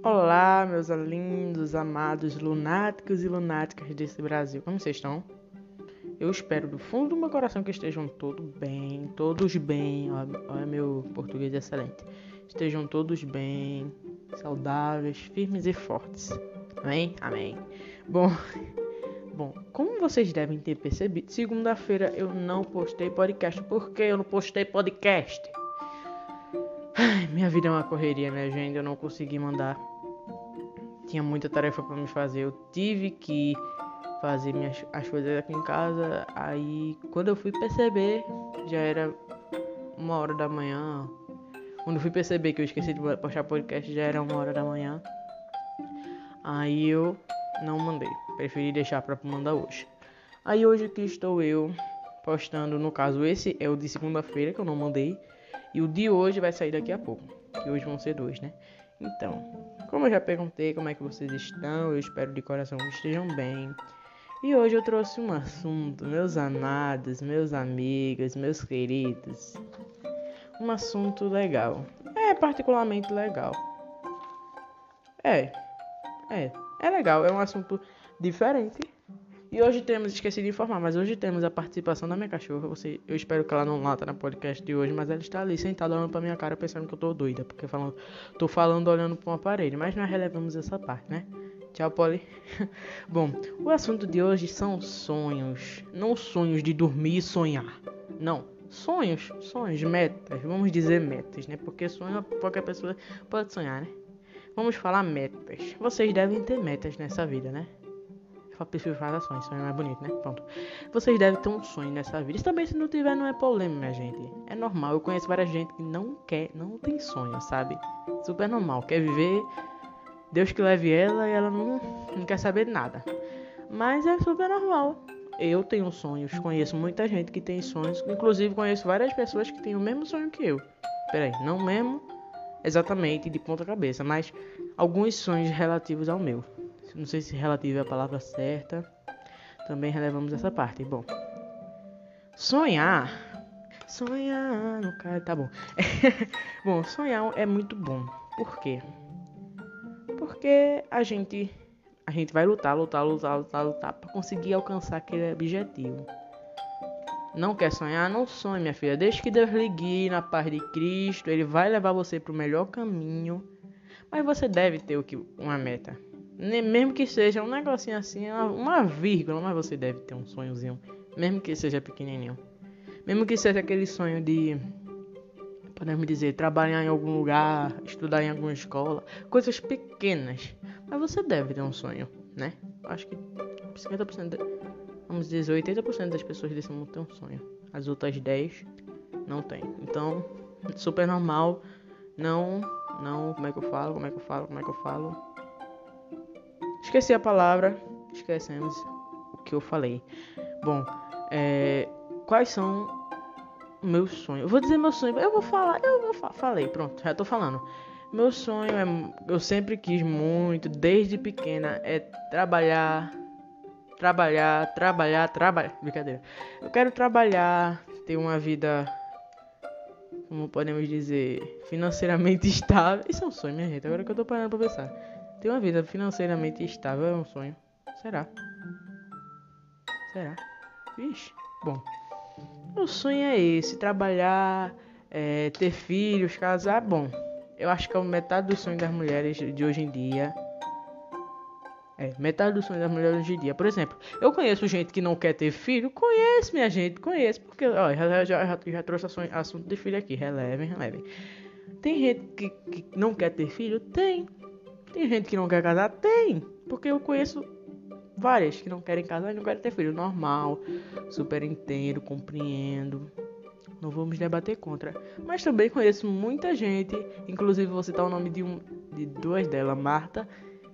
Olá, meus lindos, amados, lunáticos e lunáticas desse Brasil. Como vocês estão? Eu espero do fundo do meu coração que estejam todos bem. Olha meu português excelente. Estejam todos bem, saudáveis, firmes e fortes. Amém? Amém. Bom, como vocês devem ter percebido, segunda-feira eu não postei podcast. Por que eu não postei podcast? Ai, minha vida é uma correria, minha gente. Eu não consegui mandar. Tinha muita tarefa pra me fazer. Eu tive que fazer as coisas aqui em casa. Aí, quando eu fui perceber, já era 1h da manhã. Quando eu fui perceber que eu esqueci de postar podcast, já era 1h da manhã. Aí eu não mandei. Preferi deixar pra mandar hoje. Aí hoje aqui estou eu postando. No caso, esse é o de segunda-feira que eu não mandei. E o de hoje vai sair daqui a pouco. Que hoje vão ser 2, né? Então, como eu já perguntei como é que vocês estão, eu espero de coração que estejam bem. E hoje eu trouxe um assunto, meus amados, meus amigos, meus queridos. Um assunto legal. É particularmente legal. É legal, é um assunto diferente. E hoje esqueci de informar, mas hoje temos a participação da minha cachorra. Eu espero que ela não lata na podcast de hoje, mas ela está ali sentada olhando pra minha cara pensando que eu tô doida, porque tô falando olhando pra uma parede, mas nós relevamos essa parte, né? Tchau, Polly. Bom, o assunto de hoje são sonhos. Não sonhos de dormir e sonhar. Não, sonhos, metas. Vamos dizer metas, né? Porque sonho qualquer pessoa pode sonhar, né? Vamos falar metas. Vocês devem ter metas nessa vida, né? Eu prefiro falar sonho é mais bonito, né? Pronto. Vocês devem ter um sonho nessa vida. Isso também, se não tiver, não é problema, minha gente. É normal. Eu conheço várias gente que não tem sonho, sabe? Super normal. Quer viver, Deus que leve ela e ela não quer saber de nada. Mas é super normal. Eu tenho sonhos. Conheço muita gente que tem sonhos. Inclusive, conheço várias pessoas que têm o mesmo sonho que eu. Peraí, não mesmo exatamente de ponta cabeça, mas alguns sonhos relativos ao meu. Não sei se relativo é a palavra certa. Também relevamos essa parte. Bom, sonhar no cara, tá bom. Bom, sonhar é muito bom. Por quê? Porque a gente vai lutar para conseguir alcançar aquele objetivo. Não quer sonhar? Não sonhe, minha filha. Deixe que Deus lhe guie na paz de Cristo. Ele vai levar você para o melhor caminho. Mas você deve ter uma meta. Mesmo que seja um negocinho assim, uma vírgula, mas você deve ter um sonhozinho. Mesmo que seja pequenininho. Mesmo que seja aquele sonho de, podemos dizer, trabalhar em algum lugar, estudar em alguma escola. Coisas pequenas. Mas você deve ter um sonho, né? Acho que 50%, vamos dizer, 80% das pessoas desse mundo tem um sonho. As outras 10 não tem. Então, super normal. Não, como é que eu falo? Esqueci a palavra, esquecemos o que eu falei. Bom, quais são meus sonhos? Eu vou dizer meu sonho, falei, pronto, já tô falando. Meu sonho eu sempre quis muito, desde pequena, é trabalhar, brincadeira. Eu quero trabalhar, ter uma vida, como podemos dizer, financeiramente estável. Isso é um sonho, minha gente, agora que eu tô parando pra pensar. Ter uma vida financeiramente estável é um sonho. Será? Vixe. Bom, o sonho é esse. Trabalhar, ter filhos, casar. Bom, eu acho que é metade do sonho das mulheres de hoje em dia. Metade do sonho das mulheres hoje em dia. Por exemplo, eu conheço gente que não quer ter filho. Conheço, minha gente. Conheço. Porque, ó, já trouxe assunto de filho aqui. Relevem. Tem gente que não quer ter filho? Tem gente que não quer casar? Tem. Porque eu conheço várias que não querem casar e não querem ter filho. Normal. Super entendo, compreendo. Não vamos debater contra. Mas também conheço muita gente. Inclusive vou citar o nome de duas delas. Marta.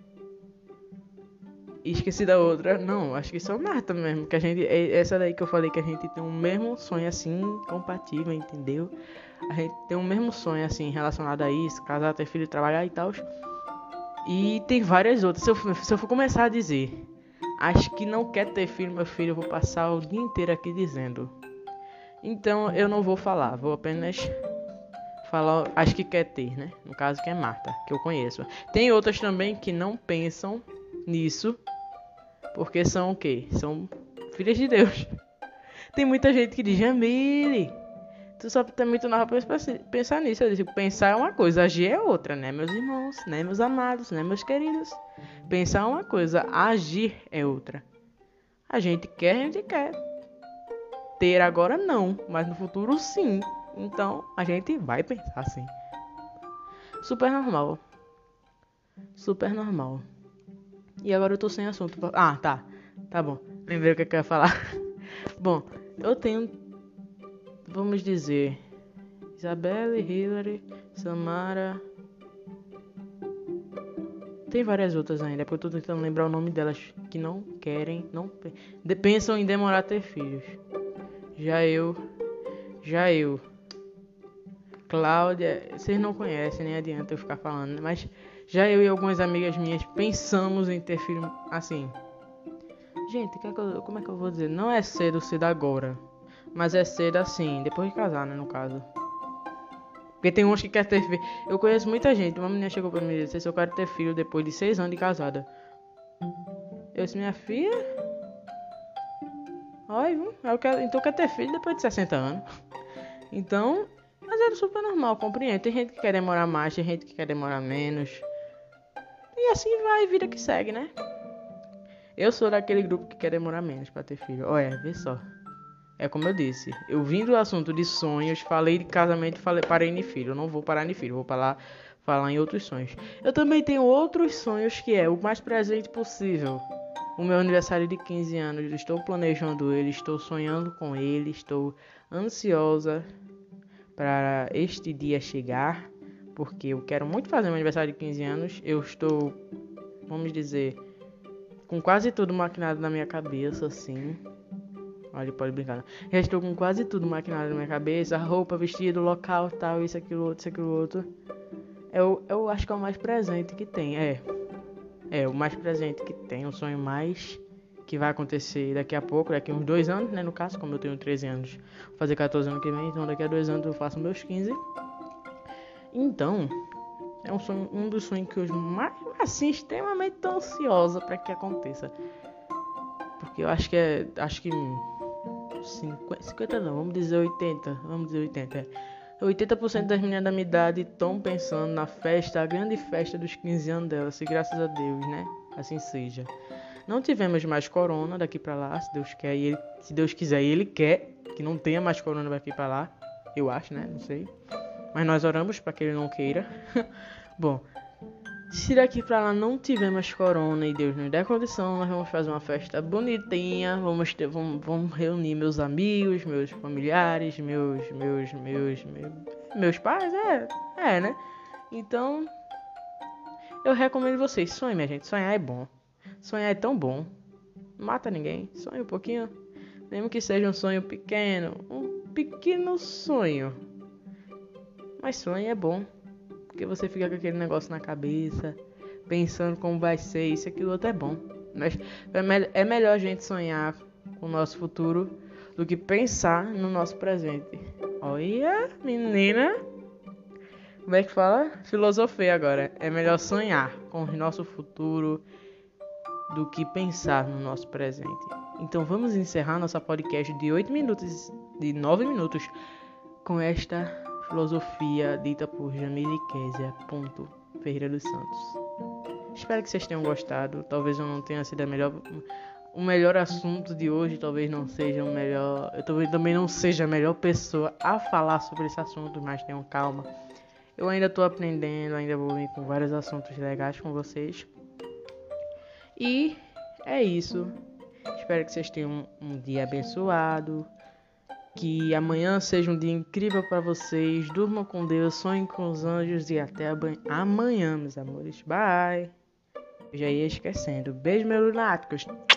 E esqueci da outra. Não, acho que só Marta mesmo. Que a gente. Essa daí que eu falei que a gente tem o mesmo sonho assim. Compatível, entendeu? A gente tem o mesmo sonho assim relacionado a isso. Casar, ter filho, trabalhar e tal. E tem várias outras. Se eu for começar a dizer, acho que não quer ter filho, meu filho, eu vou passar o dia inteiro aqui dizendo. Então eu não vou falar, vou apenas falar as que quer ter, né? No caso que é Marta, que eu conheço. Tem outras também que não pensam nisso, porque são o quê? São filhas de Deus. Tem muita gente que diz, Jamile, tu só tá muito nova pra pensar nisso. Eu digo, pensar é uma coisa, agir é outra, né, meus irmãos, né, meus amados, né, meus queridos. Pensar é uma coisa, agir é outra. A gente quer. Ter agora não, mas no futuro sim. Então a gente vai pensar assim. Super normal. Super normal. E agora eu tô sem assunto. Ah, tá. Tá bom. Lembrei o que eu ia falar. Bom, eu tenho, vamos dizer, Isabelle, Hillary, Samara. Tem várias outras ainda, porque eu tô tentando lembrar o nome delas que não querem, não pensam em demorar a ter filhos. Já eu, Cláudia, vocês não conhecem, nem adianta eu ficar falando, mas já eu e algumas amigas minhas pensamos em ter filho assim. Gente, como é que eu vou dizer? Não é cedo agora, mas é cedo assim, depois de casar, né, no caso. Porque tem uns que querem ter filho. Eu conheço muita gente, uma menina chegou pra mim e disse se eu quero ter filho depois de 6 anos de casada. Eu disse, minha filha... Olha, então eu quero ter filho depois de 60 anos. Então, mas é super normal, compreendo. Tem gente que quer demorar mais, tem gente que quer demorar menos. E assim vai, vida que segue, né? Eu sou daquele grupo que quer demorar menos pra ter filho. Olha, vê só. É como eu disse. Eu vim do assunto de sonhos, falei de casamento, parei em filho. Eu não vou parar em filho, vou falar em outros sonhos. Eu também tenho outros sonhos que é o mais presente possível. O meu aniversário de 15 anos, eu estou planejando ele, estou sonhando com ele, estou ansiosa para este dia chegar, porque eu quero muito fazer meu aniversário de 15 anos. Eu estou, vamos dizer, com quase tudo maquinado na minha cabeça, assim. Olha, pode brincar. Já estou com quase tudo maquinado na minha cabeça, roupa, vestido, local, tal, isso, aquilo, outro. Eu acho que é o mais presente que tem, o mais presente que tem, o sonho mais que vai acontecer daqui a pouco, daqui a uns 2 anos, né, no caso, como eu tenho 13 anos, vou fazer 14 anos que vem, então daqui a 2 anos eu faço meus 15. Então, é um dos sonhos que eu mais, assim, extremamente tô ansiosa para que aconteça. Porque eu acho que 50 não, vamos dizer 80, 80% das meninas da minha idade estão pensando na festa, a grande festa dos 15 anos dela, se graças a Deus, né? Assim seja. Não tivemos mais corona daqui pra lá, se Deus quer, se Deus quiser e Ele quer que não tenha mais corona daqui pra lá, eu acho, né? Não sei. Mas nós oramos pra que Ele não queira. Bom, se daqui pra lá não tiver mais corona e Deus nos der condição, nós vamos fazer uma festa bonitinha, vamos reunir meus amigos, meus familiares, meus pais, né? Então, eu recomendo vocês, sonhem, minha gente, sonhar é bom. Sonhar é tão bom, não mata ninguém, sonhe um pouquinho, mesmo que seja um sonho pequeno, um pequeno sonho, mas sonho é bom, porque você fica com aquele negócio na cabeça, pensando como vai ser, isso e aquilo outro é bom, mas é melhor a gente sonhar com o nosso futuro do que pensar no nosso presente. Olha, menina, como é que fala? Filosofia agora, é melhor sonhar com o nosso futuro do que pensar no nosso presente. Então vamos encerrar nossa podcast de 9 minutos com esta filosofia dita por Jamile Kézia Ferreira dos Santos. Espero que vocês tenham gostado. Talvez eu não tenha sido o melhor assunto de hoje, talvez não seja o melhor, eu também não seja a melhor pessoa a falar sobre esse assunto, mas tenham calma. Eu ainda estou aprendendo, ainda vou vir com vários assuntos legais com vocês. E é isso. Espero que vocês tenham um dia abençoado. Que amanhã seja um dia incrível para vocês. Durmam com Deus, sonhem com os anjos e até amanhã, meus amores. Bye. Eu já ia esquecendo. Beijo, meus lunáticos.